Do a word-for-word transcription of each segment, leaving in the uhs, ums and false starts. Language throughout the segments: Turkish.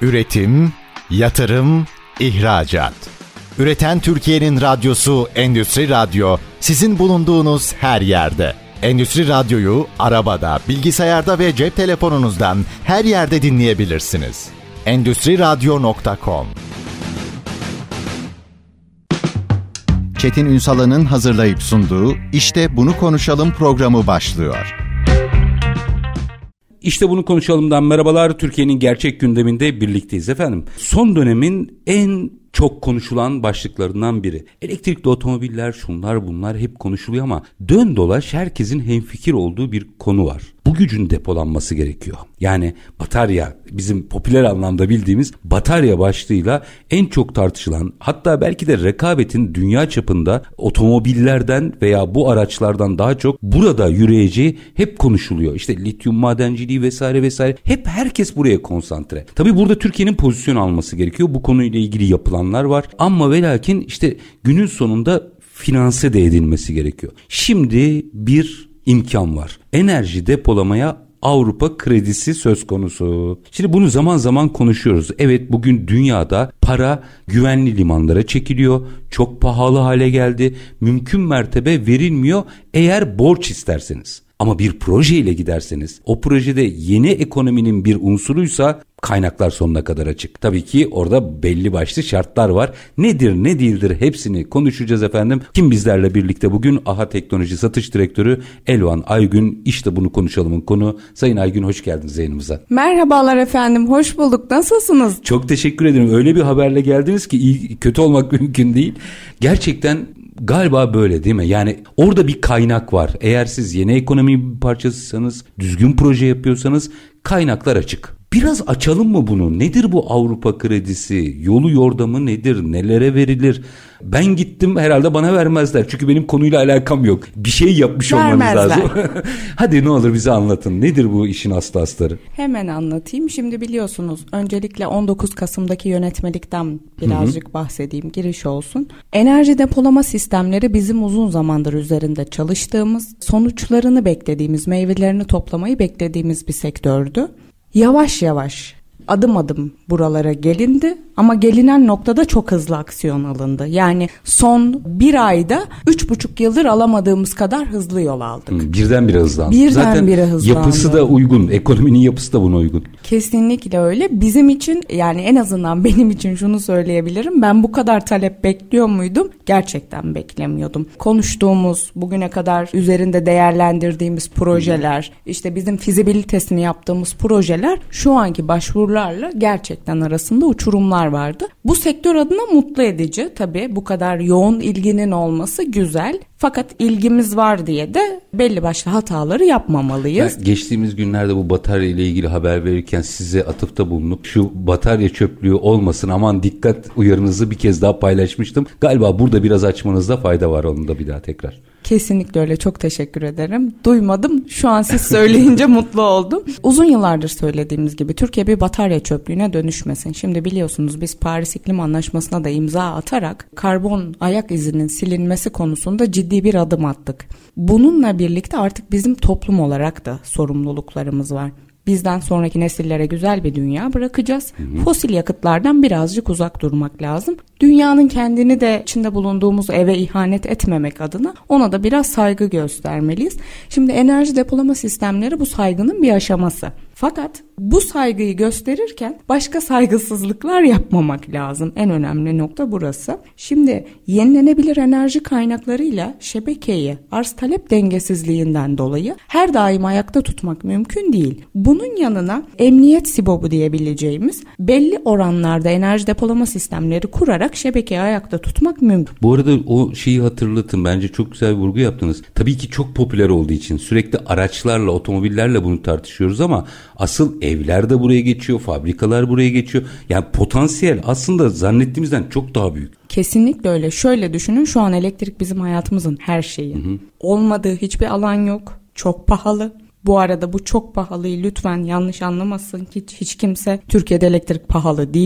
Üretim, yatırım, ihracat. Üreten Türkiye'nin radyosu Endüstri Radyo, sizin bulunduğunuz her yerde. Endüstri Radyo'yu arabada, bilgisayarda ve cep telefonunuzdan her yerde dinleyebilirsiniz. endüstri radyo nokta com. Çetin Ünsal'ın hazırlayıp sunduğu İşte Bunu Konuşalım programı başlıyor. İşte Bunu Konuşalım'dan merhabalar. Türkiye'nin gerçek gündeminde birlikteyiz efendim. Son dönemin en çok konuşulan başlıklarından biri. Elektrikli otomobiller, şunlar bunlar hep konuşuluyor ama dön dolaş herkesin hemfikir olduğu bir konu var. Bu gücün depolanması gerekiyor. Yani batarya, bizim popüler anlamda bildiğimiz batarya başlığıyla en çok tartışılan, hatta belki de rekabetin dünya çapında otomobillerden veya bu araçlardan daha çok burada yürüyeceği hep konuşuluyor. İşte lityum madenciliği vesaire vesaire, hep herkes buraya konsantre. Tabii burada Türkiye'nin pozisyon alması gerekiyor. Bu konuyla ilgili yapılanlar var ama ve lakin işte günün sonunda finanse de edilmesi gerekiyor. Şimdi bir imkan var. Enerji depolamaya Avrupa kredisi söz konusu. Şimdi bunu zaman zaman konuşuyoruz. Evet, bugün dünyada para güvenli limanlara çekiliyor. Çok pahalı hale geldi. Mümkün mertebe verilmiyor eğer borç isterseniz. Ama bir projeyle giderseniz, o projede yeni ekonominin bir unsuruysa kaynaklar sonuna kadar açık. Tabii ki orada belli başlı şartlar var. Nedir ne değildir hepsini konuşacağız efendim. Kim bizlerle birlikte bugün? AHA Teknoloji Satış Direktörü Elvan Aygün. İşte Bunu Konuşalım'ın konu. Sayın Aygün, hoş geldiniz yayınımıza. Merhabalar efendim, hoş bulduk. Nasılsınız? Çok teşekkür ederim. Öyle bir haberle geldiniz ki iyi, kötü olmak mümkün değil. Gerçekten galiba böyle değil mi? Yani orada bir kaynak var. Eğer siz yeni ekonominin bir parçasıysanız, düzgün proje yapıyorsanız kaynaklar açık. Biraz açalım mı bunu? Nedir bu Avrupa kredisi? Yolu yordamı nedir? Nelere verilir? Ben gittim, herhalde bana vermezler. Çünkü benim konuyla alakam yok. Bir şey yapmış olmanız lazım. Hadi ne olur bize anlatın. Nedir bu işin aslı astarı? Hemen anlatayım. Şimdi biliyorsunuz, öncelikle on dokuz Kasım'daki yönetmelikten birazcık Hı-hı. bahsedeyim. Giriş olsun. Enerji depolama sistemleri bizim uzun zamandır üzerinde çalıştığımız, sonuçlarını beklediğimiz, meyvelerini toplamayı beklediğimiz bir sektördü. Yavaş yavaş, adım adım buralara gelindi ama gelinen noktada çok hızlı aksiyon alındı. Yani son bir ayda üç buçuk yıldır alamadığımız kadar hızlı yol aldık. Birdenbire hızlandı. Birdenbire hızlandı. Yapısı da uygun, ekonominin yapısı da buna uygun. Kesinlikle öyle. Bizim için, yani en azından benim için şunu söyleyebilirim. Ben bu kadar talep bekliyor muydum? Gerçekten beklemiyordum. Konuştuğumuz, bugüne kadar üzerinde değerlendirdiğimiz projeler, işte bizim fizibilitesini yaptığımız projeler şu anki başvurularla gerçekten arasında uçurumlar vardı. Bu sektör adına mutlu edici. Tabii bu kadar yoğun ilginin olması güzel. Fakat ilgimiz var diye de belli başlı hataları yapmamalıyız. Yani geçtiğimiz günlerde bu batarya ile ilgili haber verirken size atıfta bulunup şu batarya çöplüğü olmasın, aman dikkat uyarınızı bir kez daha paylaşmıştım. Galiba burada biraz açmanızda fayda var, onu da bir daha tekrar. Kesinlikle öyle. Çok teşekkür ederim. Duymadım. Şu an siz söyleyince mutlu oldum. Uzun yıllardır söylediğimiz gibi Türkiye bir batarya çöplüğüne dönüşmesin. Şimdi biliyorsunuz biz Paris İklim Anlaşması'na da imza atarak karbon ayak izinin silinmesi konusunda ciddi bir adım attık. Bununla birlikte artık bizim toplum olarak da sorumluluklarımız var. Bizden sonraki nesillere güzel bir dünya bırakacağız. Hı hı. Fosil yakıtlardan birazcık uzak durmak lazım. Dünyanın kendini de içinde bulunduğumuz eve ihanet etmemek adına ona da biraz saygı göstermeliyiz. Şimdi enerji depolama sistemleri bu saygının bir aşaması. Fakat bu saygıyı gösterirken başka saygısızlıklar yapmamak lazım. En önemli nokta burası. Şimdi yenilenebilir enerji kaynaklarıyla şebekeyi arz talep dengesizliğinden dolayı her daim ayakta tutmak mümkün değil. Bunun yanına emniyet sibobu diyebileceğimiz belli oranlarda enerji depolama sistemleri kurarak şebekeyi ayakta tutmak mümkün. Bu arada o şeyi hatırlatın. Bence çok güzel bir vurgu yaptınız. Tabii ki çok popüler olduğu için sürekli araçlarla, otomobillerle bunu tartışıyoruz ama asıl evler de buraya geçiyor, fabrikalar buraya geçiyor. Yani potansiyel aslında zannettiğimizden çok daha büyük. Kesinlikle öyle. Şöyle düşünün, şu an elektrik bizim hayatımızın her şeyi. Hı hı. Olmadığı hiçbir alan yok. Çok pahalı. Bu arada bu çok pahalıyı lütfen yanlış anlamasın. Hiç, hiç kimse Türkiye'de elektrik pahalı değil.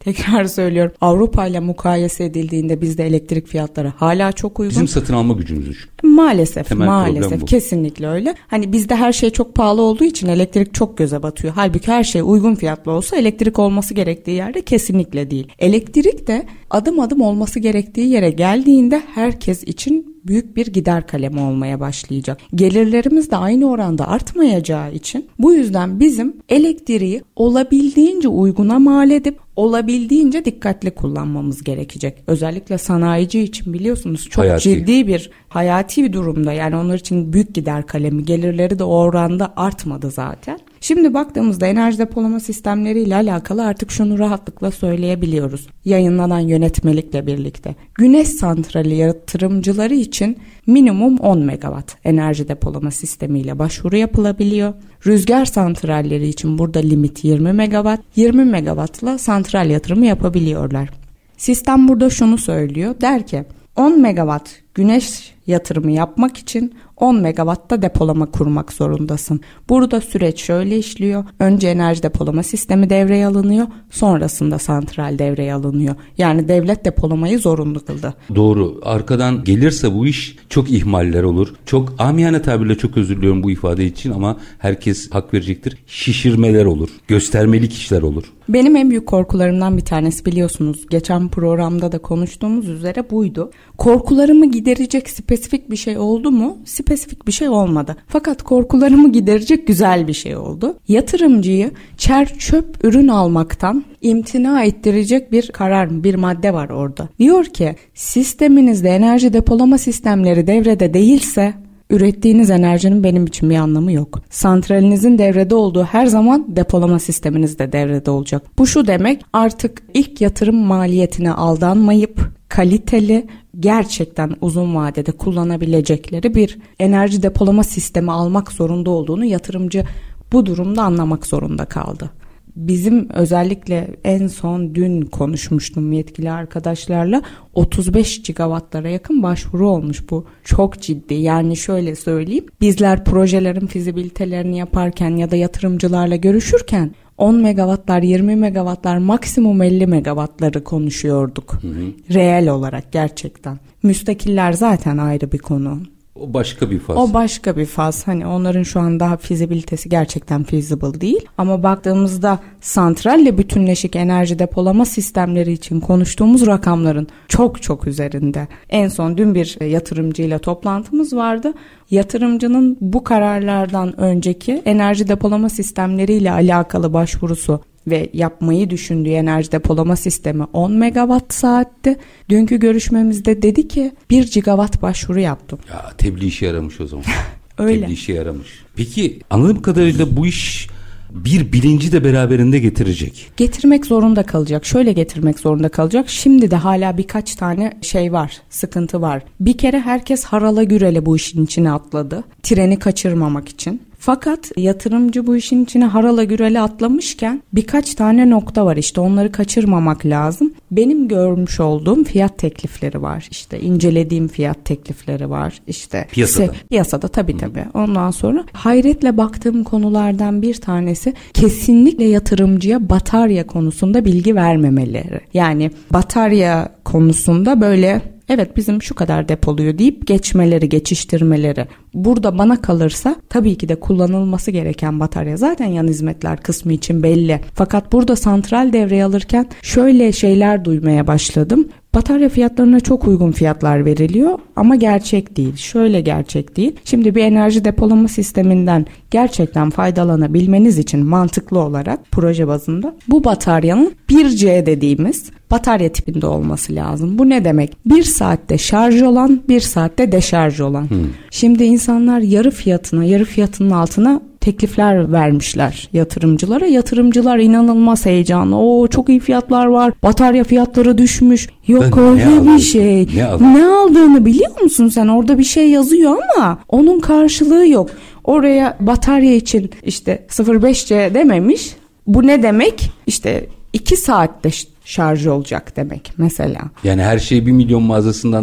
tekrar söylüyorum. Avrupa ile mukayese edildiğinde bizde elektrik fiyatları hala çok uygun. Bizim satın alma gücümüz düşük. Maalesef, Temel maalesef kesinlikle öyle. Hani bizde her şey çok pahalı olduğu için elektrik çok göze batıyor. Halbuki her şey uygun fiyatlı olsa elektrik olması gerektiği yerde kesinlikle değil. Elektrik de adım adım olması gerektiği yere geldiğinde herkes için büyük bir gider kalemi olmaya başlayacak. Gelirlerimiz de aynı oranda artmayacağı için bu yüzden bizim elektriği olabildiğince uyguna mal edip olabildiğince dikkatli kullanmamız gerekecek. Özellikle sanayici için biliyorsunuz çok hayati. ciddi bir hayati bir durumda. Yani onlar için büyük gider kalemi, gelirleri de o oranda artmadı zaten. Şimdi baktığımızda enerji depolama sistemleriyle alakalı artık şunu rahatlıkla söyleyebiliyoruz. Yayınlanan yönetmelikle birlikte. Güneş santrali yatırımcıları için minimum on megawatt enerji depolama sistemiyle başvuru yapılabiliyor. Rüzgar santralleri için burada limit yirmi megawatt. yirmi megawattla santral yatırımı yapabiliyorlar. Sistem burada şunu söylüyor. Der ki on megawatt güneş yatırımı yapmak için on megawatta depolama kurmak zorundasın. Burada süreç şöyle işliyor. Önce enerji depolama sistemi devreye alınıyor. Sonrasında santral devreye alınıyor. Yani devlet depolamayı zorunlu kıldı. Doğru. Arkadan gelirse bu iş çok ihmaller olur. Çok amiyane tabirle çok özür diliyorum bu ifade için ama herkes hak verecektir. Şişirmeler olur. Göstermelik işler olur. Benim en büyük korkularımdan bir tanesi biliyorsunuz. Geçen programda da konuştuğumuz üzere buydu. Korkularımı giderecek spesifik bir şey oldu mu? Spesifik bir şey olmadı. Fakat korkularımı giderecek güzel bir şey oldu. Yatırımcıyı çer çöp ürün almaktan imtina ettirecek bir karar, bir madde var orada. Diyor ki sisteminizde enerji depolama sistemleri devrede değilse ürettiğiniz enerjinin benim için bir anlamı yok. Santralinizin devrede olduğu her zaman depolama sisteminiz de devrede olacak. Bu şu demek, artık ilk yatırım maliyetine aldanmayıp kaliteli, gerçekten uzun vadede kullanabilecekleri bir enerji depolama sistemi almak zorunda olduğunu yatırımcı bu durumda anlamak zorunda kaldı. Bizim özellikle en son dün konuşmuştum yetkili arkadaşlarla, otuz beş gigawattlara yakın başvuru olmuş. Bu çok ciddi. Yani şöyle söyleyeyim, bizler projelerin fizibilitelerini yaparken ya da yatırımcılarla görüşürken on megawattlar, yirmi megawattlar, maksimum elli megawattları konuşuyorduk. Hı hı. Reel olarak gerçekten. Müstakiller zaten ayrı bir konu. O başka bir faz. O başka bir faz. Hani onların şu an daha fizibilitesi gerçekten feasible değil. Ama baktığımızda santralle bütünleşik enerji depolama sistemleri için konuştuğumuz rakamların çok çok üzerinde. En son dün bir yatırımcıyla toplantımız vardı. Yatırımcının bu kararlardan önceki enerji depolama sistemleriyle alakalı başvurusu ve yapmayı düşündüğü enerji depolama sistemi on megawatt saatti. Dünkü görüşmemizde dedi ki bir gigawatt başvuru yaptım. Ya tebliğ işe yaramış o zaman. Öyle. Tebliğ işe yaramış. Peki anladığım kadarıyla bu iş bir bilinci de beraberinde getirecek. Getirmek zorunda kalacak. Şöyle getirmek zorunda kalacak. Şimdi de hala birkaç tane şey var, sıkıntı var. Bir kere herkes harala gürele bu işin içine atladı. Treni kaçırmamak için. Fakat yatırımcı bu işin içine harala gürele atlamışken birkaç tane nokta var, işte onları kaçırmamak lazım. Benim görmüş olduğum fiyat teklifleri var, işte incelediğim fiyat teklifleri var, işte piyasada. Se- piyasada tabii tabii. Ondan sonra hayretle baktığım konulardan bir tanesi kesinlikle yatırımcıya batarya konusunda bilgi vermemeleri. Yani batarya konusunda böyle evet bizim şu kadar depoluyor deyip geçmeleri, geçiştirmeleri. Burada bana kalırsa tabii ki de kullanılması gereken batarya zaten yan hizmetler kısmı için belli. Fakat burada santral devreye alırken şöyle şeyler duymaya başladım. Batarya fiyatlarına çok uygun fiyatlar veriliyor ama gerçek değil. Şöyle gerçek değil. Şimdi bir enerji depolama sisteminden gerçekten faydalanabilmeniz için mantıklı olarak proje bazında bu bataryanın bir C dediğimiz batarya tipinde olması lazım. Bu ne demek? Bir saatte şarj olan, bir saatte deşarj olan. Hmm. Şimdi insanlar yarı fiyatına, yarı fiyatının altına teklifler vermişler yatırımcılara. Yatırımcılar inanılmaz heyecanlı. Oo çok iyi fiyatlar var. Batarya fiyatları düşmüş. Yok ben öyle bir şey. Ne, aldın? ne aldığını biliyor musun sen? Orada bir şey yazıyor ama onun karşılığı yok. Oraya batarya için işte sıfır virgül beş C dememiş. Bu ne demek? İşte iki saatte şarj olacak demek mesela. Yani her şeyi bir milyon mağazasından da gidip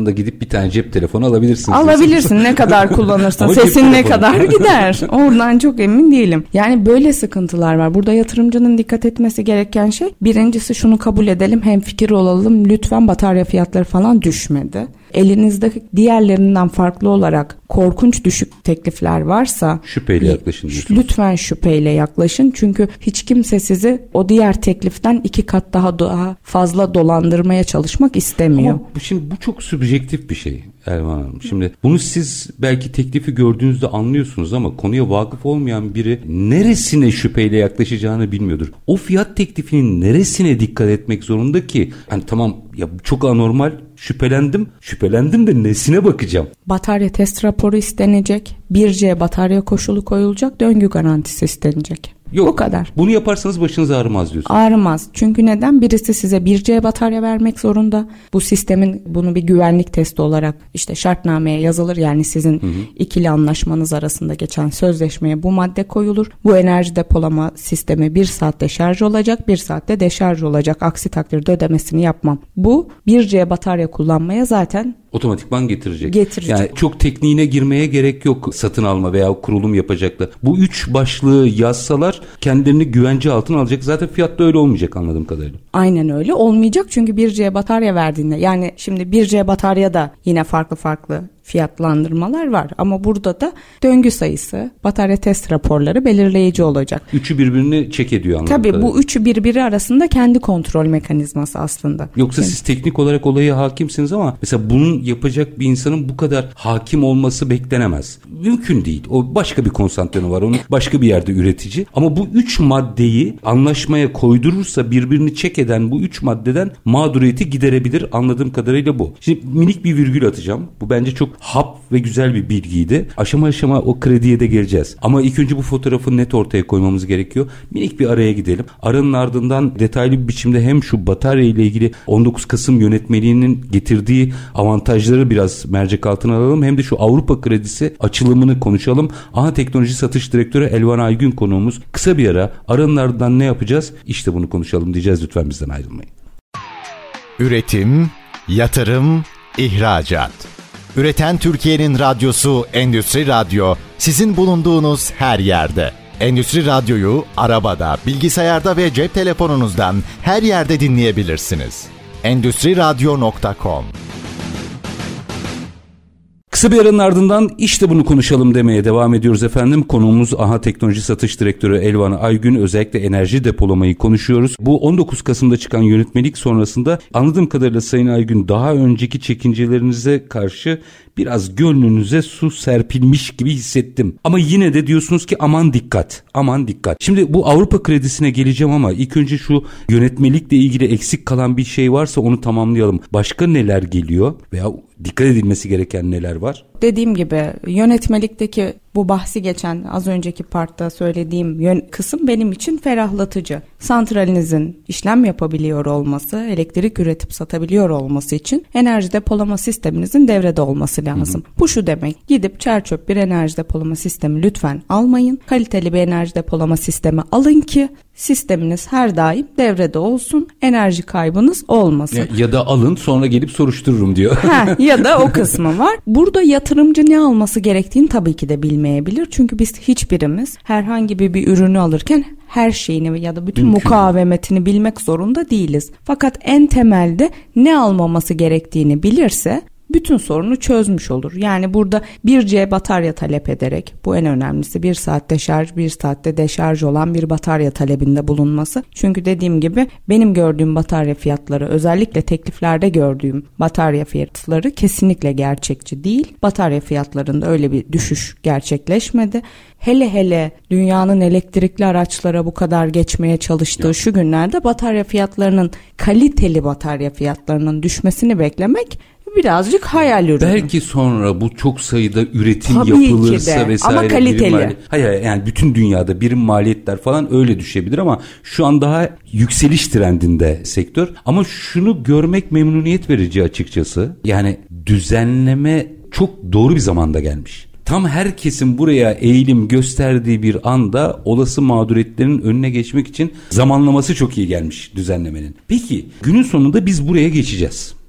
Bir tane cep telefonu alabilirsin. Alabilirsin ne kadar kullanırsan. Sesin ne kadar gider. Oradan çok emin değilim. Yani böyle sıkıntılar var. Burada yatırımcının dikkat etmesi gereken şey, birincisi şunu kabul edelim, hemfikir olalım. Lütfen batarya fiyatları falan düşmedi. Elinizde diğerlerinden farklı olarak korkunç düşük teklifler varsa şüpheyle yaklaşın. Lütfen. lütfen şüpheyle yaklaşın. Çünkü hiç kimse sizi o diğer tekliften iki kat daha daha fazla dolandırmaya çalışmak istemiyor. Ama şimdi bu çok subjektif bir şey Elvan Hanım. Şimdi bunu siz belki teklifi gördüğünüzde anlıyorsunuz ama konuya vakıf olmayan biri neresine şüpheyle yaklaşacağını bilmiyordur. O fiyat teklifinin neresine dikkat etmek zorunda ki? Hani tamam ya çok anormal, şüphelendim. Şüphelendim de nesine bakacağım? Batarya test raporu istenecek. bir C batarya koşulu koyulacak. Döngü garantisi istenecek. Yok, bu kadar. Bunu yaparsanız başınız ağrımaz diyorsunuz. Ağrımaz. Çünkü neden? Birisi size bir C batarya vermek zorunda. Bu sistemin bunu bir güvenlik testi olarak işte şartnameye yazılır. Yani sizin hı hı. ikili anlaşmanız arasında geçen sözleşmeye bu madde koyulur. Bu enerji depolama sistemi bir saatte şarj olacak, bir saatte deşarj olacak. Aksi takdirde ödemesini yapmam. Bu bir C batarya kullanmaya zaten otomatikman getirecek. Getirecek. Yani çok tekniğine girmeye gerek yok satın alma veya kurulum yapacaklar. Bu üç başlığı yazsalar kendilerini güvence altına alacak. Zaten fiyat da öyle olmayacak anladığım kadarıyla. Aynen öyle olmayacak çünkü bir C batarya verdiğinde, yani şimdi bir C batarya da yine farklı farklı fiyatlandırmalar var ama burada da döngü sayısı, batarya test raporları belirleyici olacak. Üçü birbirini çek ediyor anladığım Tabii kadarıyla. Bu üçü birbiri arasında kendi kontrol mekanizması aslında. Yoksa Şimdi. siz teknik olarak olaya hakimsiniz ama mesela bunun yapacak bir insanın bu kadar hakim olması beklenemez. Mümkün değil. O başka bir konsantrasyon var. Onu başka bir yerde üretici. Ama bu üç maddeyi anlaşmaya koydurursa birbirini çek eden bu üç maddeden mağduriyeti giderebilir anladığım kadarıyla bu. Şimdi minik bir virgül atacağım. Bu bence çok hap ve güzel bir bilgiydi. Aşama aşama o krediye de geleceğiz. Ama ilk önce bu fotoğrafı net ortaya koymamız gerekiyor. Minik bir araya gidelim. Aranın ardından detaylı bir biçimde hem şu batarya ile ilgili on dokuz Kasım yönetmeliğinin getirdiği avantajları biraz mercek altına alalım. Hem de şu Avrupa kredisi açılımını konuşalım. Aha Teknoloji Satış Direktörü Elvan Aygün konuğumuz. Kısa bir ara. Aranın ardından ne yapacağız? İşte bunu konuşalım diyeceğiz. Lütfen bizden ayrılmayın. Üretim, yatırım, ihracat. Üreten Türkiye'nin radyosu Endüstri Radyo, sizin bulunduğunuz her yerde. Endüstri Radyo'yu arabada, bilgisayarda ve cep telefonunuzdan her yerde dinleyebilirsiniz. endüstri radyo nokta com. Kısa bir aranın ardından işte bunu konuşalım demeye devam ediyoruz efendim. Konuğumuz AHA Teknoloji Satış Direktörü Elvan Aygün. Özellikle enerji depolamayı konuşuyoruz. Bu on dokuz Kasım'da çıkan yönetmelik sonrasında anladığım kadarıyla Sayın Aygün daha önceki çekincelerinize karşı biraz gönlünüze su serpilmiş gibi hissettim. Ama yine de diyorsunuz ki aman dikkat, aman dikkat. Şimdi bu Avrupa kredisine geleceğim ama ilk önce şu yönetmelikle ilgili eksik kalan bir şey varsa onu tamamlayalım. Başka neler geliyor veya dikkat edilmesi gereken neler var? Dediğim gibi yönetmelikteki bu bahsi geçen az önceki partta söylediğim yön, kısım benim için ferahlatıcı. Santralinizin işlem yapabiliyor olması, elektrik üretip satabiliyor olması için enerji depolama sisteminizin devrede olması lazım. Hı hı. Bu şu demek: gidip çerçöp bir enerji depolama sistemi lütfen almayın. Kaliteli bir enerji depolama sistemi alın ki sisteminiz her daim devrede olsun, enerji kaybınız olmasın. Ya, ya da alın sonra gelip soruştururum diyor. Ha, ya da o kısmı var. Burada yatırımcı ne alması gerektiğini tabii ki de bilmeyebilir. Çünkü biz hiçbirimiz herhangi bir, bir ürünü alırken her şeyini ya da bütün Mümkün. mukavemetini bilmek zorunda değiliz. Fakat en temelde ne almaması gerektiğini bilirse bütün sorunu çözmüş olur. Yani burada bir C batarya talep ederek, bu en önemlisi, bir saatte şarj, bir saatte deşarj olan bir batarya talebinde bulunması. Çünkü dediğim gibi benim gördüğüm batarya fiyatları, özellikle tekliflerde gördüğüm batarya fiyatları kesinlikle gerçekçi değil. Batarya fiyatlarında öyle bir düşüş gerçekleşmedi. Hele hele dünyanın elektrikli araçlara bu kadar geçmeye çalıştığı ya. şu günlerde batarya fiyatlarının, kaliteli batarya fiyatlarının düşmesini beklemek birazcık hayal ürünü. Belki sonra bu çok sayıda üretim Tabii yapılırsa vesaire. Ama kaliteli. Mali- hayır yani bütün dünyada birim maliyetler falan öyle düşebilir ama şu an daha yükseliş trendinde sektör. Ama şunu görmek memnuniyet verici açıkçası. Yani düzenleme çok doğru bir zamanda gelmiş. Tam herkesin buraya eğilim gösterdiği bir anda olası mağduriyetlerin önüne geçmek için zamanlaması çok iyi gelmiş düzenlemenin. Peki günün sonunda biz buraya geçeceğiz.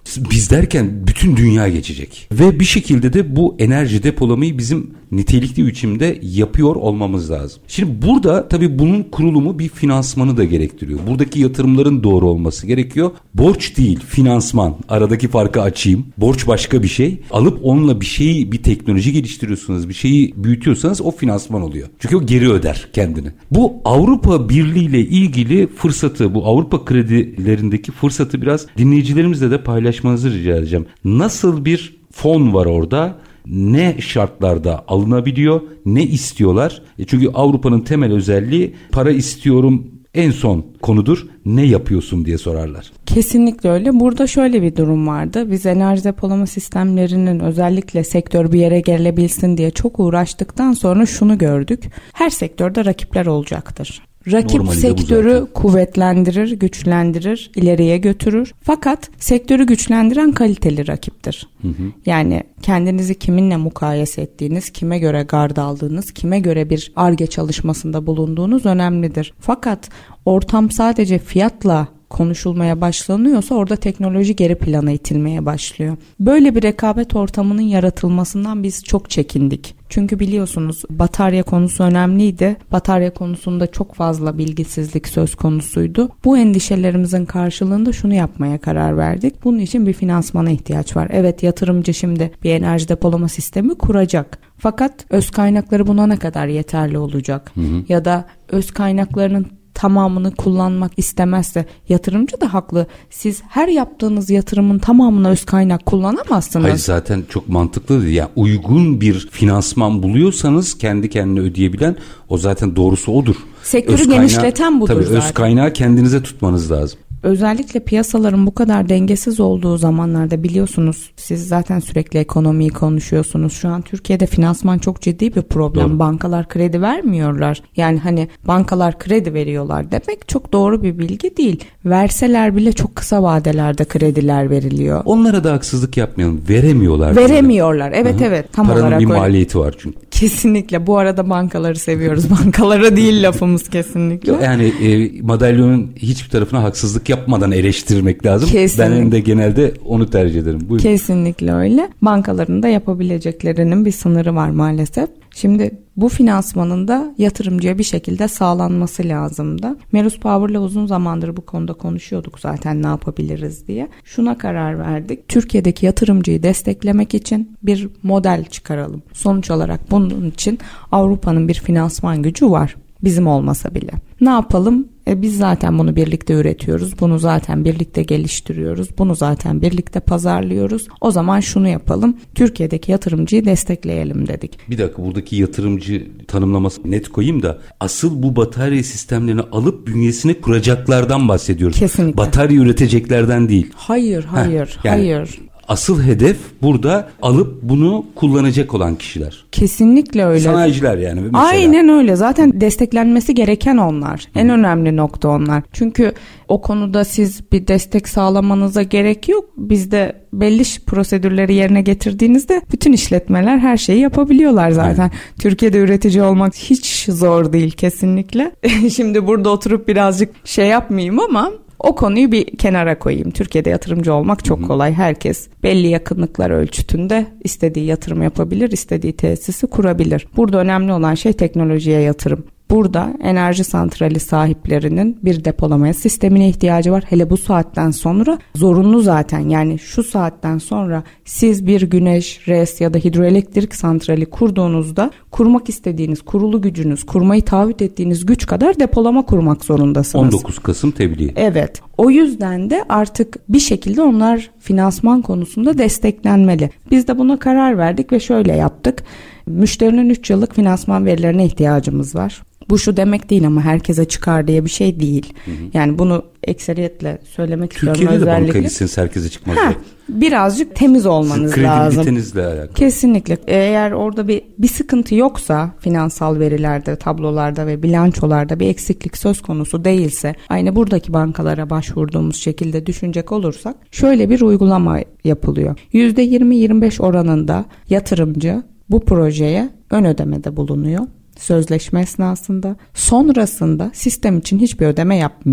Biz derken bütün dünya geçecek. Ve bir şekilde de bu enerji depolamayı bizim nitelikli biçimde yapıyor olmamız lazım. Şimdi burada tabii bunun kurulumu bir finansmanı da gerektiriyor. Buradaki yatırımların doğru olması gerekiyor. Borç değil, finansman. Aradaki farkı açayım. Borç başka bir şey. Alıp onunla bir şeyi, bir teknoloji geliştiriyorsunuz, bir şeyi büyütüyorsanız o finansman oluyor. Çünkü o geri öder kendini. Bu Avrupa Birliği ile ilgili fırsatı, bu Avrupa kredilerindeki fırsatı biraz dinleyicilerimizle de paylaşmanızı rica edeceğim. Nasıl bir fon var orada? Ne şartlarda alınabiliyor? Ne istiyorlar? E çünkü Avrupa'nın temel özelliği para istiyorum en son konudur. Ne yapıyorsun diye sorarlar. Kesinlikle öyle. Burada şöyle bir durum vardı. Biz enerji depolama sistemlerinin özellikle sektör bir yere gelebilsin diye çok uğraştıktan sonra şunu gördük. Her sektörde rakipler olacaktır. Rakip Normalde sektörü kuvvetlendirir, güçlendirir, ileriye götürür. Fakat sektörü güçlendiren kaliteli rakiptir. Hı hı. Yani kendinizi kiminle mukayese ettiğiniz, kime göre gard aldığınız, kime göre bir Ar-Ge çalışmasında bulunduğunuz önemlidir. Fakat ortam sadece fiyatla konuşulmaya başlanıyorsa orada teknoloji geri plana itilmeye başlıyor. Böyle bir rekabet ortamının yaratılmasından biz çok çekindik. Çünkü biliyorsunuz batarya konusu önemliydi. Batarya konusunda çok fazla bilgisizlik söz konusuydu. Bu endişelerimizin karşılığında şunu yapmaya karar verdik. Bunun için bir finansmana ihtiyaç var. Evet, yatırımcı şimdi bir enerji depolama sistemi kuracak. Fakat öz kaynakları buna ne kadar yeterli olacak? Hı hı. Ya da öz kaynaklarının tamamını kullanmak istemezse yatırımcı da haklı. Siz her yaptığınız yatırımın tamamına öz kaynak kullanamazsınız. Hayır, zaten çok mantıklı değil. Yani uygun bir finansman buluyorsanız kendi kendine ödeyebilen, o zaten doğrusu odur. Sektörü öz genişleten kaynağı, budur tabii zaten. Öz kaynağı kendinize tutmanız lazım. Özellikle piyasaların bu kadar dengesiz olduğu zamanlarda biliyorsunuz, siz zaten sürekli ekonomiyi konuşuyorsunuz. Şu an Türkiye'de finansman çok ciddi bir problem. Doğru. Bankalar kredi vermiyorlar. Yani hani bankalar kredi veriyorlar demek çok doğru bir bilgi değil. Verseler bile çok kısa vadelerde krediler veriliyor. Onlara da haksızlık yapmayalım. Veremiyorlar. Veremiyorlar. Böyle. Evet. Hı-hı. Evet. Tam Paranın olarak bir öyle. maliyeti var çünkü. Kesinlikle. Bu arada bankaları seviyoruz. Bankalara değil lafımız kesinlikle. Yani e, madalyonun hiçbir tarafına haksızlık yapmadan eleştirmek lazım. Kesinlikle. Ben de genelde onu tercih ederim. Buyurun. Kesinlikle öyle. Bankaların da yapabileceklerinin bir sınırı var maalesef. Şimdi bu finansmanın da yatırımcıya bir şekilde sağlanması lazımdı. Merus Power'la uzun zamandır bu konuda konuşuyorduk zaten ne yapabiliriz diye. Şuna karar verdik. Türkiye'deki yatırımcıyı desteklemek için bir model çıkaralım. Sonuç olarak bunun için Avrupa'nın bir finansman gücü var. Bizim olmasa bile. Ne yapalım? E biz zaten bunu birlikte üretiyoruz. Bunu zaten birlikte geliştiriyoruz. Bunu zaten birlikte pazarlıyoruz. O zaman şunu yapalım. Türkiye'deki yatırımcıyı destekleyelim dedik. Bir dakika, buradaki yatırımcı tanımlaması net koyayım da asıl bu batarya sistemlerini alıp bünyesine kuracaklardan bahsediyoruz. Kesinlikle. Batarya üreteceklerden değil. Hayır, hayır, Heh, yani hayır. Asıl hedef burada alıp bunu kullanacak olan kişiler. Kesinlikle öyle. Sanayiciler yani mesela. Aynen öyle. Zaten desteklenmesi gereken onlar. Hı. En önemli nokta onlar. Çünkü o konuda siz bir destek sağlamanıza gerek yok. Bizde belli prosedürleri yerine getirdiğinizde bütün işletmeler her şeyi yapabiliyorlar zaten. Aynen. Türkiye'de üretici olmak hiç zor değil kesinlikle. Şimdi burada oturup birazcık şey yapmayayım ama o konuyu bir kenara koyayım. Türkiye'de yatırımcı olmak çok kolay. Herkes belli yakınlıklar ölçütünde istediği yatırım yapabilir, istediği tesisi kurabilir. Burada önemli olan şey teknolojiye yatırım. Burada enerji santrali sahiplerinin bir depolamaya sistemine ihtiyacı var. Hele bu saatten sonra zorunlu zaten. Yani şu saatten sonra siz bir güneş, res ya da hidroelektrik santrali kurduğunuzda kurmak istediğiniz kurulu gücünüz, kurmayı taahhüt ettiğiniz güç kadar depolama kurmak zorundasınız. on dokuz Kasım tebliği. Evet. O yüzden de artık bir şekilde onlar finansman konusunda desteklenmeli. Biz de buna karar verdik ve şöyle yaptık. Müşterinin üç yıllık finansman verilerine ihtiyacımız var. Bu şu demek değil ama herkese çıkar diye bir şey değil. Hı hı. Yani bunu ekseriyetle söylemek Türkiye'de istiyorum özellikle. Türkiye'de de banka gitseniz herkese çıkmaz. Ha, birazcık temiz olmanız kredi lazım. Kredibilitenizle alakalı. Kesinlikle. Eğer orada bir bir sıkıntı yoksa, finansal verilerde, tablolarda ve bilançolarda bir eksiklik söz konusu değilse, aynı buradaki bankalara başvurduğumuz şekilde düşünecek olursak şöyle bir uygulama yapılıyor. yüzde yirmi yirmi beş oranında yatırımcı bu projeye ön ödemede bulunuyor. Sözleşme esnasında, sonrasında sistem için hiçbir ödeme yapmıyor.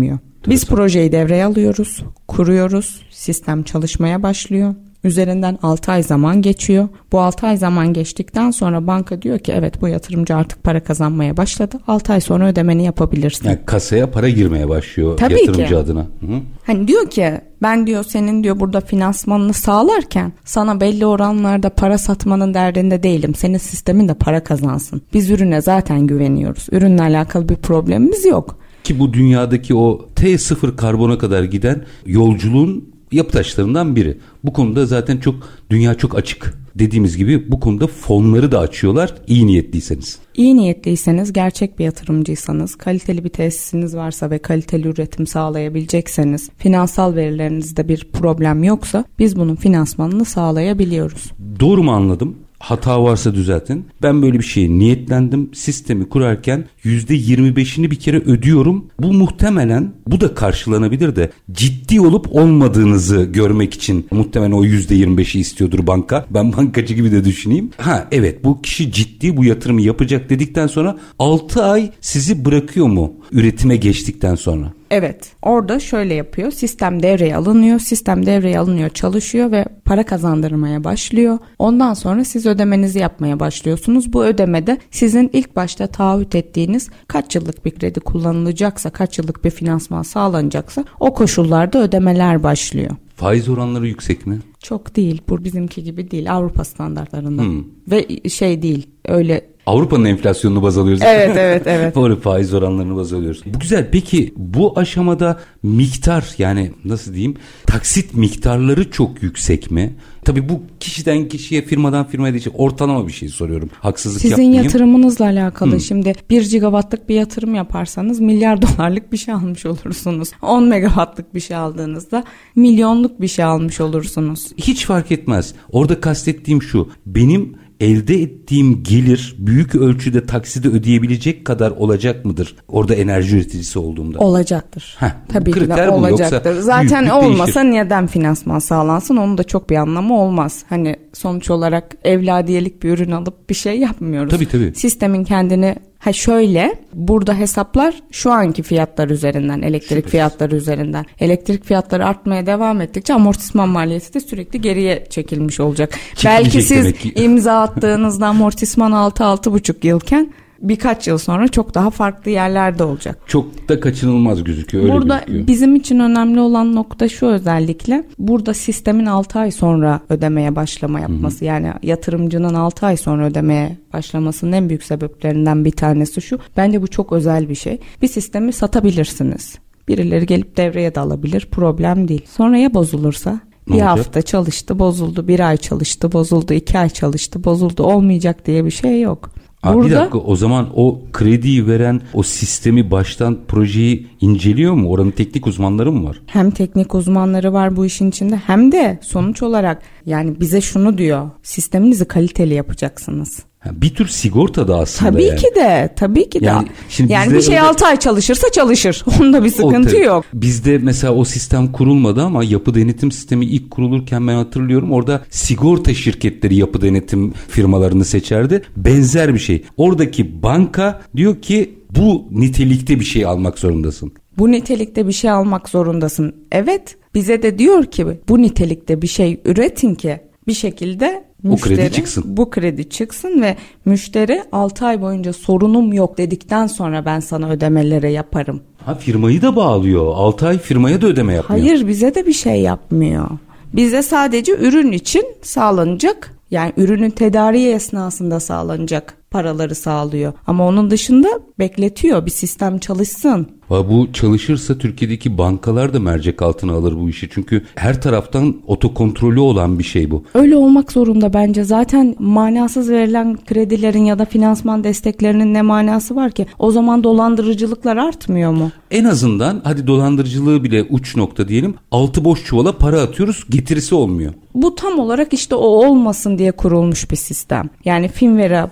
Biz projeyi devreye alıyoruz, kuruyoruz, sistem çalışmaya başlıyor. Üzerinden altı ay zaman geçiyor. Bu altı ay zaman geçtikten sonra banka diyor ki evet bu yatırımcı artık para kazanmaya başladı. altı ay sonra ödemeni yapabilirsin. Yani kasaya para girmeye başlıyor Tabii yatırımcı ki. adına. Hı-hı. Hani diyor ki ben diyor senin diyor burada finansmanını sağlarken sana belli oranlarda para satmanın derdinde değilim. Senin sistemin de para kazansın. Biz ürüne zaten güveniyoruz. Ürünle alakalı bir problemimiz yok. Ki bu dünyadaki o T sıfır karbona kadar giden yolculuğun yapı taşlarından biri. Bu konuda zaten çok dünya çok açık. Dediğimiz gibi bu konuda fonları da açıyorlar iyi niyetliyseniz. İyi niyetliyseniz, gerçek bir yatırımcıysanız, kaliteli bir tesisiniz varsa ve kaliteli üretim sağlayabilecekseniz, finansal verilerinizde bir problem yoksa biz bunun finansmanını sağlayabiliyoruz. Doğru mu anladım? Hata varsa düzeltin. Ben böyle bir şeye niyetlendim. Sistemi kurarken yüzde yirmi beşini bir kere ödüyorum. Bu muhtemelen bu da karşılanabilir de ciddi olup olmadığınızı görmek için muhtemelen o yüzde yirmi beşi istiyordur banka. Ben bankacı gibi de düşüneyim. Ha evet bu kişi ciddi bu yatırımı yapacak dedikten sonra altı ay sizi bırakıyor mu üretime geçtikten sonra? Evet, orada şöyle yapıyor. Sistem devreye alınıyor. Sistem devreye alınıyor, çalışıyor ve para kazandırmaya başlıyor. Ondan sonra siz ödemenizi yapmaya başlıyorsunuz. Bu ödemede sizin ilk başta taahhüt ettiğiniz kaç yıllık bir kredi kullanılacaksa, kaç yıllık bir finansman sağlanacaksa o koşullarda ödemeler başlıyor. Faiz oranları yüksek mi? Çok değil. Bu bizimki gibi değil. Avrupa standartlarında. Hmm. Ve şey değil. Öyle Avrupa'nın enflasyonunu baz alıyoruz. Evet, evet, evet. Doğru, faiz oranlarını baz alıyoruz. Bu güzel. Peki bu aşamada miktar, yani nasıl diyeyim, taksit miktarları çok yüksek mi? Tabii bu kişiden kişiye, firmadan firmaya değişir. Ortalama bir şey soruyorum. Haksızlık Sizin yapmayayım. Sizin yatırımınızla alakalı. Hmm. Şimdi bir gigawattlık bir yatırım yaparsanız milyar dolarlık bir şey almış olursunuz. on megawattlık bir şey aldığınızda milyonluk bir şey almış olursunuz. Hiç fark etmez. Orada kastettiğim şu. Benim elde ettiğim gelir büyük ölçüde takside ödeyebilecek kadar olacak mıdır? Orada enerji üreticisi olduğumda. Olacaktır. Heh, Tabii ki de olacaktır. Zaten olmasa değişir. Neden finansman sağlansın? Onun da çok bir anlamı olmaz. Hani sonuç olarak evladiyelik bir ürün alıp bir şey yapmıyoruz. Tabii tabii. Sistemin kendini Ha şöyle, burada hesaplar şu anki fiyatlar üzerinden, elektrik Şüphesiz. fiyatları üzerinden. Elektrik fiyatları artmaya devam ettikçe amortisman maliyeti de sürekli geriye çekilmiş olacak. Belki siz imza attığınızda amortisman altı altı buçuk yılken birkaç yıl sonra çok daha farklı yerlerde olacak. Çok da kaçınılmaz gözüküyor. Öyle burada gözüküyor. Bizim için önemli olan nokta şu özellikle. Burada sistemin altı ay sonra ödemeye başlama yapması. Hı hı. Yani yatırımcının altı ay sonra ödemeye başlamasının en büyük sebeplerinden bir tanesi şu. Bence bu çok özel bir şey. Bir sistemi satabilirsiniz. Birileri gelip devreye de alabilir. Problem değil. Sonra ya bozulursa? Bir olacak? Hafta çalıştı, bozuldu. Bir ay çalıştı, bozuldu. iki ay çalıştı, bozuldu. Olmayacak diye bir şey yok. Abi Burada, bir dakika, o zaman o krediyi veren o sistemi baştan, projeyi inceliyor mu? Oranın teknik uzmanları mı var? Hem teknik uzmanları var bu işin içinde, hem de sonuç olarak yani bize şunu diyor: sisteminizi kaliteli yapacaksınız. Bir tür sigorta da aslında. Tabii yani. ki de, tabii ki de. Yani, yani bir şey öyle... altı ay çalışırsa çalışır. Onda bir sıkıntı o, yok. Bizde mesela o sistem kurulmadı ama yapı denetim sistemi ilk kurulurken ben hatırlıyorum. Orada sigorta şirketleri yapı denetim firmalarını seçerdi. Benzer bir şey. Oradaki banka diyor ki bu nitelikte bir şey almak zorundasın. Bu nitelikte bir şey almak zorundasın. Evet, bize de diyor ki bu nitelikte bir şey üretin ki bir şekilde müşteri, o kredi çıksın. Bu kredi çıksın ve müşteri altı ay boyunca sorunum yok dedikten sonra ben sana ödemelere yaparım. Ha, firmayı da bağlıyor. altı ay firmaya da ödeme yapmıyor. Hayır, bize de bir şey yapmıyor. Bize sadece ürün için sağlanacak, yani ürünün tedariği esnasında sağlanacak paraları sağlıyor. Ama onun dışında bekletiyor, bir sistem çalışsın. Bu çalışırsa Türkiye'deki bankalar da mercek altına alır bu işi. Çünkü her taraftan otokontrolü olan bir şey bu. Öyle olmak zorunda bence. Zaten manasız verilen kredilerin ya da finansman desteklerinin ne manası var ki? O zaman dolandırıcılıklar artmıyor mu? En azından hadi dolandırıcılığı bile uç nokta diyelim. Altı boş çuvala para atıyoruz, getirisi olmuyor. Bu tam olarak işte o olmasın diye kurulmuş bir sistem. Yani Finvera bunu çok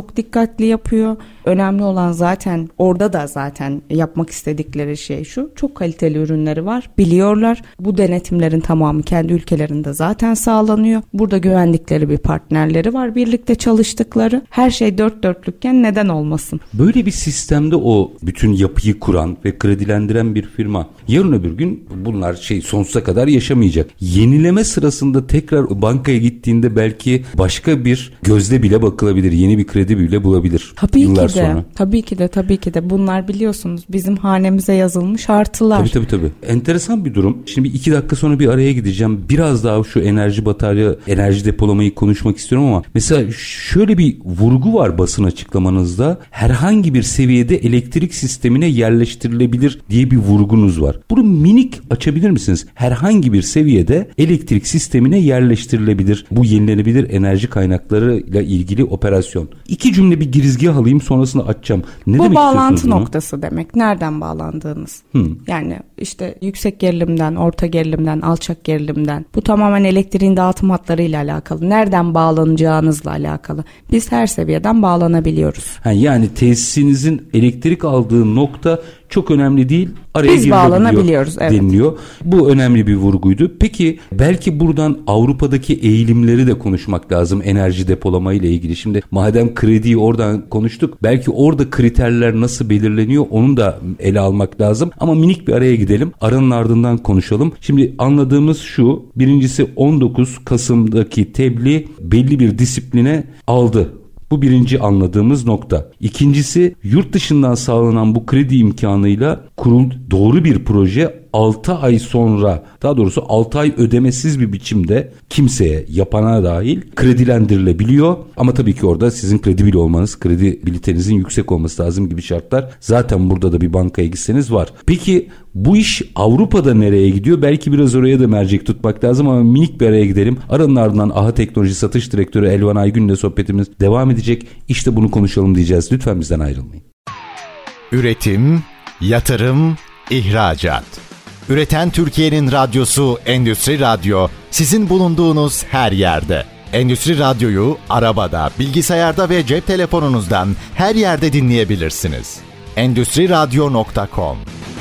çok dikkatli yapıyor. Önemli olan zaten orada da zaten yapmak istedikleri şey şu. Çok kaliteli ürünleri var. Biliyorlar. Bu denetimlerin tamamı kendi ülkelerinde zaten sağlanıyor. Burada güvendikleri bir partnerleri var. Birlikte çalıştıkları. Her şey dört dörtlükken neden olmasın? Böyle bir sistemde o bütün yapıyı kuran ve kredilendiren bir firma yarın öbür gün bunlar şey sonsuza kadar yaşamayacak. Yenileme sırasında tekrar bankaya gittiğinde belki başka bir gözle bile bakılabilir. Yeni bir kredi bile bulabilir. Tabii yıllar ki de. Sonra. Tabii ki de. Tabii ki de. Bunlar biliyorsunuz bizim hanemize yazılmış artılar. Tabii tabii tabii. Enteresan bir durum. Şimdi iki dakika sonra bir araya gideceğim. Biraz daha şu enerji batarya, enerji depolamayı konuşmak istiyorum ama mesela şöyle bir vurgu var basın açıklamanızda. Herhangi bir seviyede elektrik sistemine yerleştirilebilir diye bir vurgunuz var. Bunu minik açabilir misiniz? Herhangi bir seviyede elektrik sistemine yerleştirilebilir. Bu yenilenebilir enerji kaynaklarıyla ilgili operasyon. İki cümle bir girizgah alayım, sonrasında açacağım. Ne Bu demek bağlantı bunu? noktası demek. Nereden bağlandığınız. Hmm. Yani işte yüksek gerilimden, orta gerilimden, alçak gerilimden. Bu tamamen elektriğin dağıtım hatlarıyla alakalı. Nereden bağlanacağınızla alakalı. Biz her seviyeden bağlanabiliyoruz. Ha, yani tesisinizin elektrik aldığı nokta çok önemli değil. Araya Biz bağlanabiliyoruz. Evet. Deniliyor. Bu önemli bir vurguydu. Peki belki buradan Avrupa'daki eğilimleri de konuşmak lazım enerji depolama ile ilgili. Şimdi madem krediyi oradan konuştuk, belki orada kriterler nasıl belirleniyor onu da ele almak lazım. Ama minik bir araya gidelim. Aranın ardından konuşalım. Şimdi anladığımız şu. Birincisi on dokuz Kasım'daki tebliğ belli bir disipline aldı. Bu birinci anladığımız nokta. İkincisi, yurt dışından sağlanan bu kredi imkanıyla kurul doğru bir proje altı ay sonra, daha doğrusu altı ay ödemesiz bir biçimde kimseye, yapana dahil kredilendirilebiliyor. Ama tabii ki orada sizin kredibil olmanız, kredibilitenizin yüksek olması lazım gibi şartlar zaten burada da bir bankaya gitseniz var. Peki bu iş Avrupa'da nereye gidiyor? Belki biraz oraya da mercek tutmak lazım ama minik bir araya gidelim. Aranın ardından AHA Teknoloji Satış Direktörü Elvan Aygün'le sohbetimiz devam edecek. İşte bunu konuşalım diyeceğiz. Lütfen bizden ayrılmayın. Üretim, yatırım, ihracat. Üreten Türkiye'nin radyosu Endüstri Radyo, sizin bulunduğunuz her yerde. Endüstri Radyo'yu arabada, bilgisayarda ve cep telefonunuzdan her yerde dinleyebilirsiniz. endüstri radyo nokta com.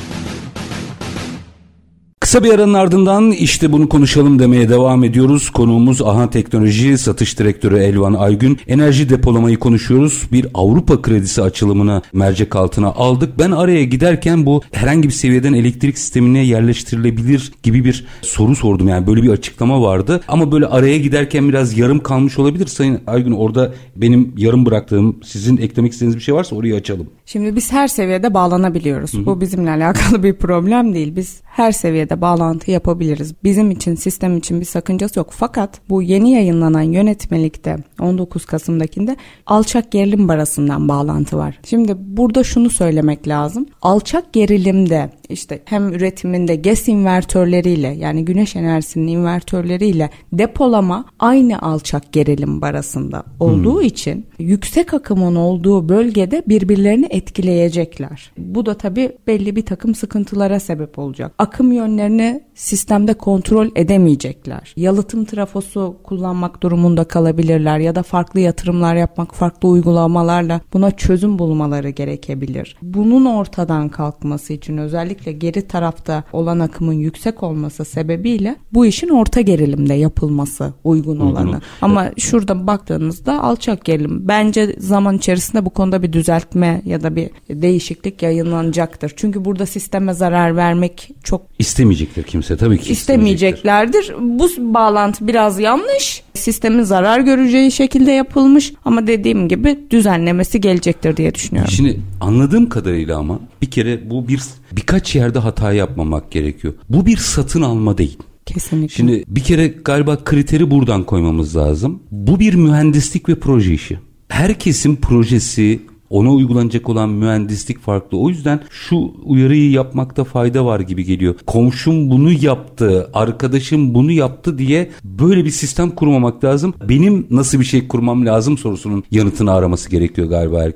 Kısa bir aranın ardından işte bunu konuşalım demeye devam ediyoruz. Konuğumuz AHA Teknoloji Satış Direktörü Elvan Aygün. Enerji depolamayı konuşuyoruz. Bir Avrupa kredisi açılımını mercek altına aldık. Ben araya giderken bu herhangi bir seviyeden elektrik sistemine yerleştirilebilir gibi bir soru sordum. Yani böyle bir açıklama vardı. Ama böyle araya giderken biraz yarım kalmış olabilir. Sayın Aygün, orada benim yarım bıraktığım, sizin eklemek istediğiniz bir şey varsa orayı açalım. Şimdi biz her seviyede bağlanabiliyoruz. Hı-hı. Bu bizimle alakalı bir problem değil. Biz her seviyede bağlantı yapabiliriz. Bizim için, sistem için bir sakıncası yok. Fakat bu yeni yayınlanan yönetmelikte on dokuz Kasım'dakinde alçak gerilim barasından bağlantı var. Şimdi burada şunu söylemek lazım. Alçak gerilimde işte hem üretiminde GES invertörleriyle, yani güneş enerjisinin invertörleriyle depolama aynı alçak gerilim barasında olduğu hmm. için yüksek akımın olduğu bölgede birbirlerini etkileyecekler. Bu da tabii belli bir takım sıkıntılara sebep olacak. Akım yönlerini sistemde kontrol edemeyecekler. Yalıtım trafosu kullanmak durumunda kalabilirler ya da farklı yatırımlar yapmak, farklı uygulamalarla buna çözüm bulmaları gerekebilir. Bunun ortadan kalkması için özellikle geri tarafta olan akımın yüksek olması sebebiyle bu işin orta gerilimde yapılması uygun olanı. Uygun. Ama evet. Şurada baktığınızda alçak gerilim. Bence zaman içerisinde bu konuda bir düzeltme ya da bir değişiklik yayınlanacaktır. Çünkü burada sisteme zarar vermek çok istemeyecektir kimse, tabii ki istemeyeceklerdir. Bu bağlantı biraz yanlış. Sistemin zarar göreceği şekilde yapılmış ama dediğim gibi düzenlemesi gelecektir diye düşünüyorum. Şimdi anladığım kadarıyla ama bir kere bu bir birkaç yerde hata yapmamak gerekiyor. Bu bir satın alma değil. Kesinlikle. Şimdi bir kere galiba kriteri buradan koymamız lazım. Bu bir mühendislik ve proje işi. Herkesin projesi, ona uygulanacak olan mühendislik farklı. O yüzden şu uyarıyı yapmakta fayda var gibi geliyor. Komşum bunu yaptı, arkadaşım bunu yaptı diye böyle bir sistem kurmamak lazım. Benim nasıl bir şey kurmam lazım sorusunun yanıtını araması gerekiyor galiba herkesin.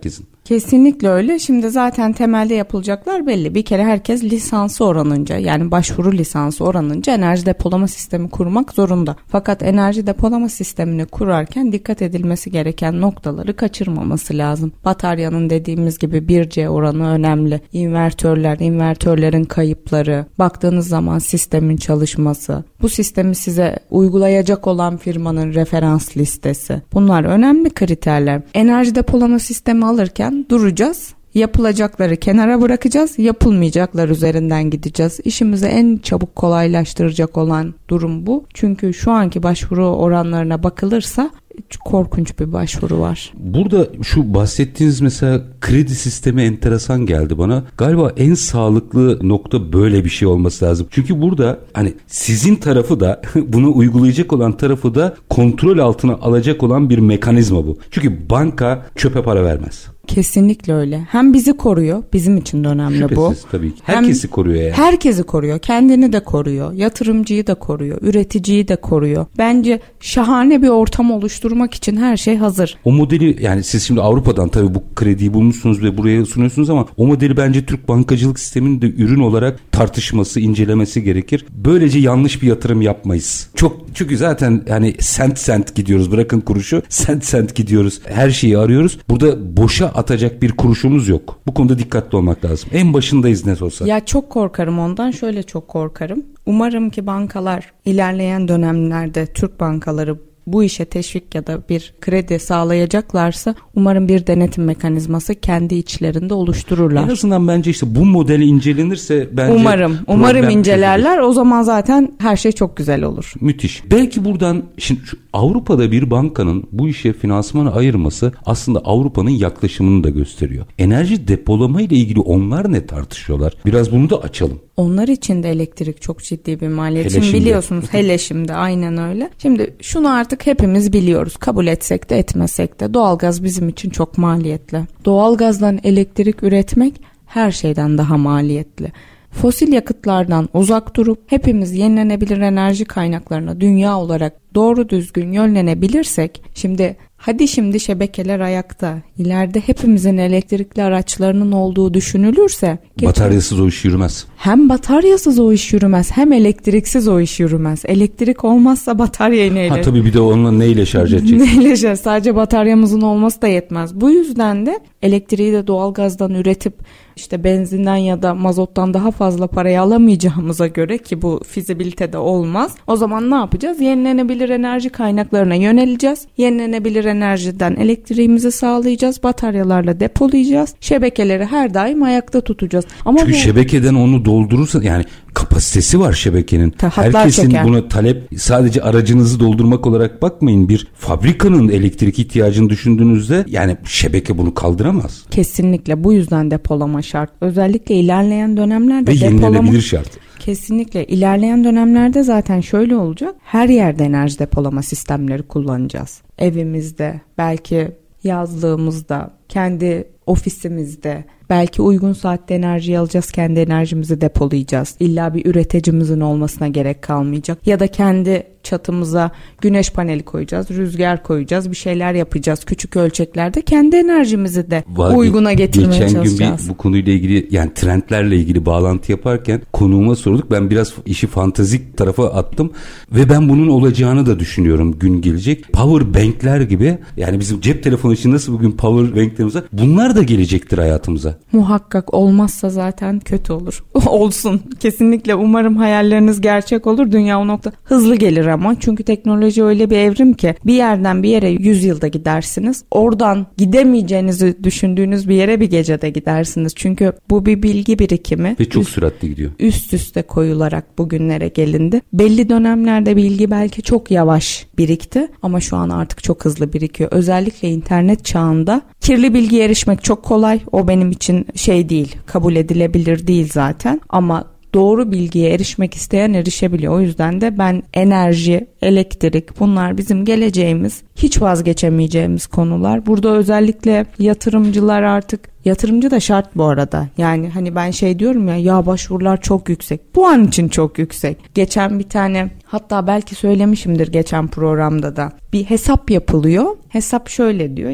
Kesinlikle öyle. Şimdi zaten temelde yapılacaklar belli. Bir kere herkes lisansı oranınca, yani başvuru lisansı oranınca enerji depolama sistemi kurmak zorunda. Fakat enerji depolama sistemini kurarken dikkat edilmesi gereken noktaları kaçırmaması lazım. Bataryanın dediğimiz gibi bir C oranı önemli. İnvertörler, invertörlerin kayıpları, baktığınız zaman sistemin çalışması, bu sistemi size uygulayacak olan firmanın referans listesi. Bunlar önemli kriterler. Enerji depolama sistemi alırken duracağız. Yapılacakları kenara bırakacağız. Yapılmayacaklar üzerinden gideceğiz. İşimizi en çabuk kolaylaştıracak olan durum bu. Çünkü şu anki başvuru oranlarına bakılırsa korkunç bir başvuru var. Burada şu bahsettiğiniz mesela kredi sistemi enteresan geldi bana. Galiba en sağlıklı nokta böyle bir şey olması lazım. Çünkü burada hani sizin tarafı da bunu uygulayacak olan tarafı da kontrol altına alacak olan bir mekanizma bu. Çünkü banka çöpe para vermez. Kesinlikle öyle. Hem bizi koruyor, bizim için de önemli. Şüphesiz, bu. Tabii ki. Herkesi Hem koruyor yani. Herkesi koruyor, kendini de koruyor, yatırımcıyı da koruyor, üreticiyi de koruyor. Bence şahane bir ortam oluşturmak için her şey hazır. O modeli, yani siz şimdi Avrupa'dan tabii bu krediyi bulmuşsunuz ve buraya sunuyorsunuz ama o modeli bence Türk bankacılık sisteminin de ürün olarak tartışması, incelemesi gerekir. Böylece yanlış bir yatırım yapmayız. Çok çünkü zaten yani sent sent gidiyoruz, bırakın kuruşu, sent sent gidiyoruz. Her şeyi arıyoruz. Burada boşa atacak bir kuruşumuz yok. Bu konuda dikkatli olmak lazım. En başındayız ne olsa. Ya çok korkarım ondan. Şöyle çok korkarım. Umarım ki bankalar ilerleyen dönemlerde, Türk bankaları bu işe teşvik ya da bir kredi sağlayacaklarsa umarım bir denetim mekanizması kendi içlerinde oluştururlar. En azından bence işte bu modeli incelenirse bence umarım umarım incelerler. O zaman zaten her şey çok güzel olur. Müthiş. Belki buradan şimdi şu Avrupa'da bir bankanın bu işe finansmanı ayırması aslında Avrupa'nın yaklaşımını da gösteriyor. Enerji depolama ile ilgili onlar ne tartışıyorlar? Biraz bunu da açalım. Onlar için de elektrik çok ciddi bir maliyet. Hele şimdi şimdi. Biliyorsunuz hele şimdi aynen öyle. Şimdi şunu artık hepimiz biliyoruz. Kabul etsek de etmesek de doğalgaz bizim için çok maliyetli. Doğalgazdan elektrik üretmek her şeyden daha maliyetli. Fosil yakıtlardan uzak durup hepimiz yenilenebilir enerji kaynaklarına dünya olarak doğru düzgün yönlenebilirsek, şimdi hadi şimdi şebekeler ayakta, ileride hepimizin elektrikli araçlarının olduğu düşünülürse bataryasız o iş yürümez. Hem bataryasız o iş yürümez, hem elektriksiz o iş yürümez. Elektrik olmazsa bataryayı neyle? Ha tabii bir de onunla neyle şarj edecek? Neyle şarj? Sadece bataryamızın olması da yetmez. Bu yüzden de elektriği de doğalgazdan üretip işte benzinden ya da mazottan daha fazla parayı alamayacağımıza göre, ki bu fizibilitede olmaz. O zaman ne yapacağız? Yenilenebilir enerji kaynaklarına yöneleceğiz. Yenilenebilir enerjiden elektriğimizi sağlayacağız. Bataryalarla depolayacağız. Şebekeleri her daim ayakta tutacağız. Ama Çünkü bu... şebekeden onu doldurursan yani kapasitesi var şebekenin. Hatlar Herkesin çeker. buna talep, sadece aracınızı doldurmak olarak bakmayın. Bir fabrikanın elektrik ihtiyacını düşündüğünüzde yani şebeke bunu kaldıramaz. Kesinlikle bu yüzden depolama şart. Özellikle ilerleyen dönemlerde ve depolama... yenilenebilir şart. Kesinlikle. İlerleyen dönemlerde zaten şöyle olacak. Her yerde enerji depolama sistemleri kullanacağız. Evimizde, belki yazlığımızda, kendi ofisimizde, belki uygun saatte enerjiyi alacağız, kendi enerjimizi depolayacağız. İlla bir üreticimizin olmasına gerek kalmayacak. Ya da kendi çatımıza güneş paneli koyacağız, rüzgar koyacağız, bir şeyler yapacağız. Küçük ölçeklerde kendi enerjimizi de Var, uyguna getirmeye geçen çalışacağız. Geçen gün bir, bu konuyla ilgili, yani trendlerle ilgili bağlantı yaparken konuğuma sorduk. Ben biraz işi fantastik tarafa attım ve ben bunun olacağını da düşünüyorum gün gelecek. Power bankler gibi, yani bizim cep telefonu için nasıl bugün power banklerimiz var, bunlar da gelecektir hayatımıza. Muhakkak, olmazsa zaten kötü olur. Olsun. Kesinlikle umarım hayalleriniz gerçek olur. Dünya o nokta hızlı gelir ama. Çünkü teknoloji öyle bir evrim ki bir yerden bir yere yüz yılda gidersiniz. Oradan gidemeyeceğinizi düşündüğünüz bir yere bir gecede gidersiniz. Çünkü bu bir bilgi birikimi. Ve çok üst, süratli gidiyor. Üst üste koyularak bugünlere gelindi. Belli dönemlerde bilgi belki çok yavaş birikti ama şu an artık çok hızlı birikiyor. Özellikle internet çağında kirli bilgiye erişmek çok kolay. O benim için şey değil, kabul edilebilir değil zaten, ama doğru bilgiye erişmek isteyen erişebiliyor. O yüzden de ben enerji, elektrik, bunlar bizim geleceğimiz, hiç vazgeçemeyeceğimiz konular. Burada özellikle yatırımcılar artık, yatırımcı da şart bu arada. Yani hani ben şey diyorum ya, ya başvurular çok yüksek. Bu an için çok yüksek. Geçen bir tane, hatta belki söylemişimdir geçen programda da, bir hesap yapılıyor. Hesap şöyle diyor işte,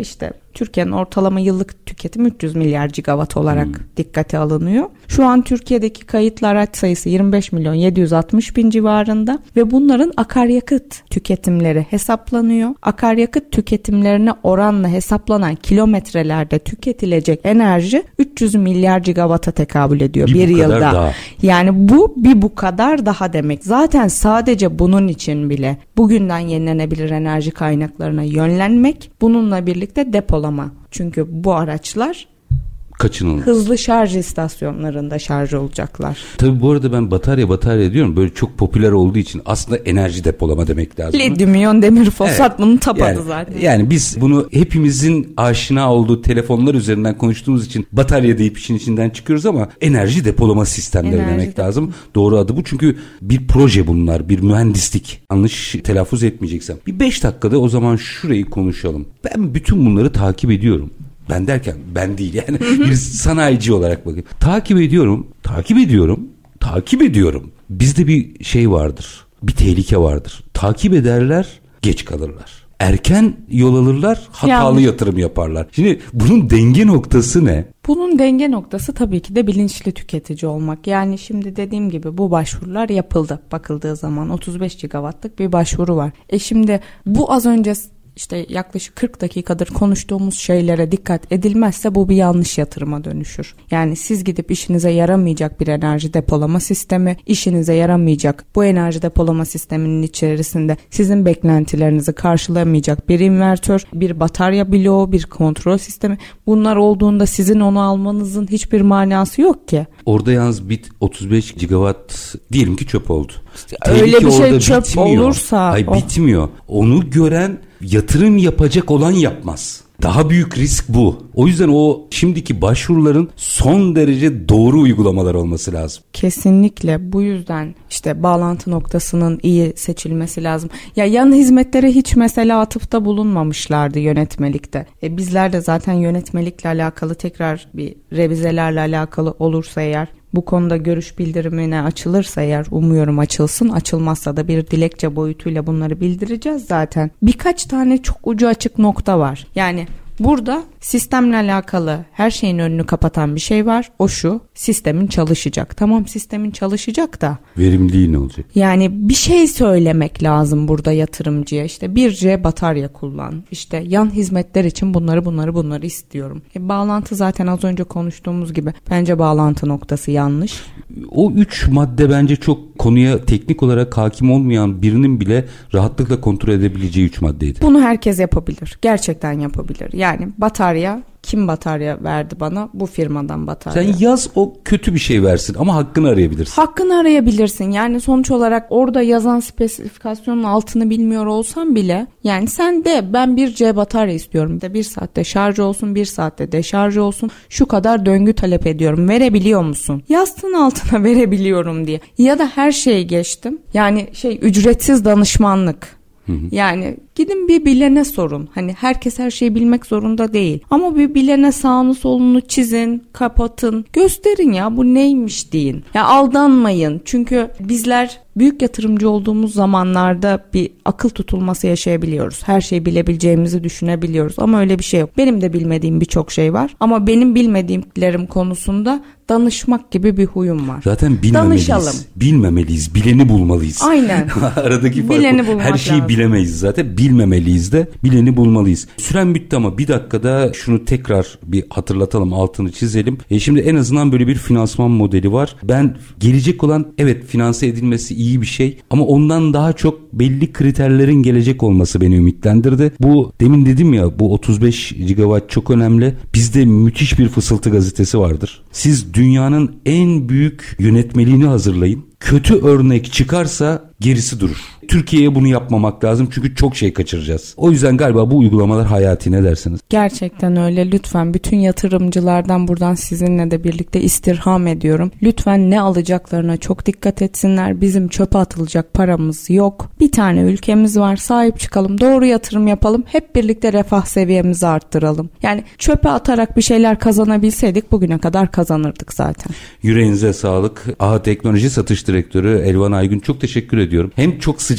Türkiye'nin ortalama yıllık tüketimi üç yüz milyar gigawatt olarak hmm. dikkate alınıyor. Şu an Türkiye'deki kayıtlı araç sayısı yirmi beş milyon yedi yüz altmış bin civarında ve bunların akaryakıt tüketimleri hesaplanıyor. Akaryakıt tüketimlerine oranla hesaplanan kilometrelerde tüketilecek enerji üç yüz milyar gigawatt'a tekabül ediyor bir, bir yılda. Daha. Yani bu bir bu kadar daha demek. Zaten sadece bunun için bile bugünden yenilenebilir enerji kaynaklarına yönlenmek, bununla birlikte depolama. Çünkü bu araçlar kaçınılmaz. Hızlı şarj istasyonlarında şarj olacaklar. Tabii bu arada ben batarya batarya diyorum. Böyle çok popüler olduğu için aslında enerji depolama demek lazım. Lityum iyon demir fosfat evet. Bunun tapadı yani, zaten. Yani biz bunu hepimizin aşina olduğu telefonlar üzerinden konuştuğumuz için batarya deyip işin içinden çıkıyoruz ama enerji depolama sistemleri enerji demek depolama. lazım. Doğru adı bu çünkü bir proje bunlar, bir mühendislik. Yanlış telaffuz etmeyeceksem. Bir beş dakikada o zaman şurayı konuşalım. Ben bütün bunları takip ediyorum. Ben derken ben değil yani bir sanayici olarak bakayım. Takip ediyorum, takip ediyorum, takip ediyorum. Bizde bir şey vardır, bir tehlike vardır. Takip ederler, geç kalırlar. Erken yol alırlar, hatalı Yanlış. yatırım yaparlar. Şimdi bunun denge noktası ne? Bunun denge noktası tabii ki de bilinçli tüketici olmak. Yani şimdi dediğim gibi bu başvurular yapıldı. Bakıldığı zaman otuz beş gigawattlık bir başvuru var. E şimdi bu az önce İşte yaklaşık kırk dakikadır konuştuğumuz şeylere dikkat edilmezse bu bir yanlış yatırıma dönüşür. Yani siz gidip işinize yaramayacak bir enerji depolama sistemi, işinize yaramayacak bu enerji depolama sisteminin içerisinde sizin beklentilerinizi karşılayamayacak bir invertör, bir batarya bloğu, bir kontrol sistemi, bunlar olduğunda sizin onu almanızın hiçbir manası yok ki. Orada yalnız bit otuz beş gigawatt diyelim ki çöp oldu. Öyle bir şey çöp bitmiyor. olursa. Hayır, o... bitmiyor. Onu gören yatırım yapacak olan yapmaz. Daha büyük risk bu. O yüzden o şimdiki başvuruların son derece doğru uygulamalar olması lazım. Kesinlikle bu yüzden işte bağlantı noktasının iyi seçilmesi lazım. Ya yan hizmetlere hiç mesela atıfta bulunmamışlardı yönetmelikte. E bizler de zaten yönetmelikle alakalı tekrar bir revizelerle alakalı olursa eğer, bu konuda görüş bildirimine açılırsa eğer, umuyorum açılsın, açılmazsa da bir dilekçe boyutuyla bunları bildireceğiz zaten. Birkaç tane çok ucu açık nokta var. Yani burada sistemle alakalı her şeyin önünü kapatan bir şey var. O şu: sistemin çalışacak. Tamam, sistemin çalışacak da verimliliği ne olacak? Yani bir şey söylemek lazım burada yatırımcıya. İşte bir C batarya kullan. İşte yan hizmetler için bunları bunları bunları istiyorum. E, bağlantı zaten az önce konuştuğumuz gibi bence bağlantı noktası yanlış. O üç madde bence çok konuya teknik olarak hakim olmayan birinin bile rahatlıkla kontrol edebileceği üç maddeydi. Bunu herkes yapabilir. Gerçekten yapabilir. Yani batarya, kim batarya verdi bana? Bu firmadan batarya. Sen yaz, o kötü bir şey versin ama hakkını arayabilirsin. Hakkını arayabilirsin. Yani sonuç olarak orada yazan spesifikasyonun altını bilmiyor olsam bile, yani sen de ben bir C batarya istiyorum. De bir saatte şarj olsun, bir saatte deşarj olsun. Şu kadar döngü talep ediyorum. Verebiliyor musun? Yazsın altına verebiliyorum diye. Ya da her şeyi geçtim. Yani şey, ücretsiz danışmanlık. Hı hı. Yani gidin bir bilene sorun. Hani herkes her şeyi bilmek zorunda değil. Ama bir bilene sağını solunu çizin, kapatın, gösterin ya bu neymiş deyin. Ya aldanmayın. Çünkü bizler büyük yatırımcı olduğumuz zamanlarda bir akıl tutulması yaşayabiliyoruz. Her şeyi bilebileceğimizi düşünebiliyoruz ama öyle bir şey yok. Benim de bilmediğim birçok şey var ama benim bilmediğimlerim konusunda danışmak gibi bir huyum var. Zaten bilmemeliyiz. Danışalım. Bilmemeliyiz. Bileni bulmalıyız. Aynen. Aradaki fark bileni bu. Her şeyi lazım. Bilemeyiz zaten. Bilmemeliyiz de bileni bulmalıyız. Süren bitti ama bir dakikada şunu tekrar bir hatırlatalım, altını çizelim. E şimdi en azından böyle bir finansman modeli var. Ben gelecek olan, evet, finanse edilmesi iyi bir şey ama ondan daha çok belli kriterlerin gelecek olması beni ümitlendirdi. Bu demin dedim ya, bu otuz beş gigawatt çok önemli. Bizde müthiş bir fısıltı gazetesi vardır. Siz dünyanın en büyük yönetmeliğini hazırlayın. Kötü örnek çıkarsa gerisi durur. Türkiye'ye bunu yapmamak lazım çünkü çok şey kaçıracağız. O yüzden galiba bu uygulamalar hayati, ne dersiniz? Gerçekten öyle. Lütfen bütün yatırımcılardan buradan sizinle de birlikte istirham ediyorum. Lütfen ne alacaklarına çok dikkat etsinler. Bizim çöpe atılacak paramız yok. Bir tane ülkemiz var. Sahip çıkalım. Doğru yatırım yapalım. Hep birlikte refah seviyemizi arttıralım. Yani çöpe atarak bir şeyler kazanabilseydik bugüne kadar kazanırdık zaten. Yüreğinize sağlık. A H Teknoloji Satış Direktörü Elvan Aygün, çok teşekkür ediyorum. Hem çok sıcak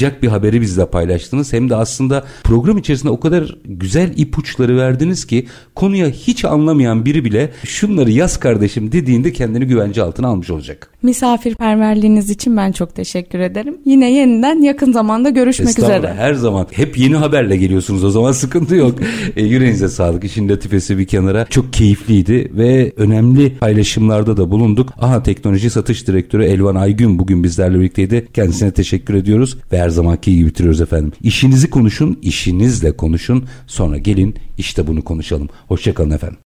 sıcak bir haberi bizle paylaştınız. Hem de aslında program içerisinde o kadar güzel ipuçları verdiniz ki konuya hiç anlamayan biri bile şunları yaz kardeşim dediğinde kendini güvence altına almış olacak. Misafirperverliğiniz için ben çok teşekkür ederim. Yine yeniden yakın zamanda görüşmek üzere. Her zaman. Hep yeni haberle geliyorsunuz, o zaman sıkıntı yok. e, yüreğinize sağlık. İşin latifesi bir kenara. Çok keyifliydi ve önemli paylaşımlarda da bulunduk. AHA Teknoloji Satış Direktörü Elvan Aygün bugün bizlerle birlikteydi. Kendisine teşekkür ediyoruz ve her zamanki gibi bitiriyoruz efendim. İşinizi konuşun, işinizle konuşun. Sonra gelin işte bunu konuşalım. Hoşça kalın efendim.